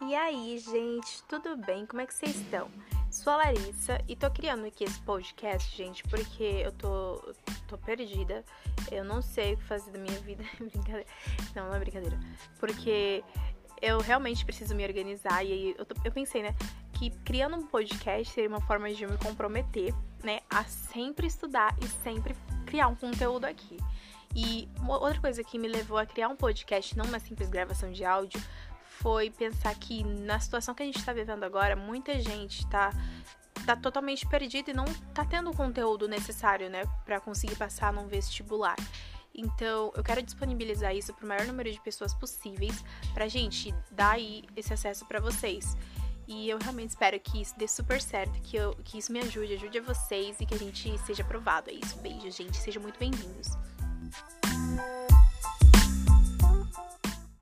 E aí, gente, tudo bem? Como é que vocês estão? Sou a Larissa e tô criando aqui esse podcast, gente, porque eu tô perdida. Eu não sei o que fazer da minha vida. Brincadeira. Não é brincadeira. Porque eu realmente preciso me organizar. E aí eu pensei, né, que criando um podcast seria uma forma de eu me comprometer, né, a sempre estudar e sempre criar um conteúdo aqui. E outra coisa que me levou a criar um podcast, não uma simples gravação de áudio, foi pensar que na situação que a gente tá vivendo agora, muita gente tá totalmente perdida e não tá tendo o conteúdo necessário, né, pra conseguir passar num vestibular. Então, eu quero disponibilizar isso pro maior número de pessoas possíveis pra gente dar aí esse acesso pra vocês. E eu realmente espero que isso dê super certo, que isso me ajude a vocês e que a gente seja aprovado. É isso, beijo, gente, sejam muito bem-vindos.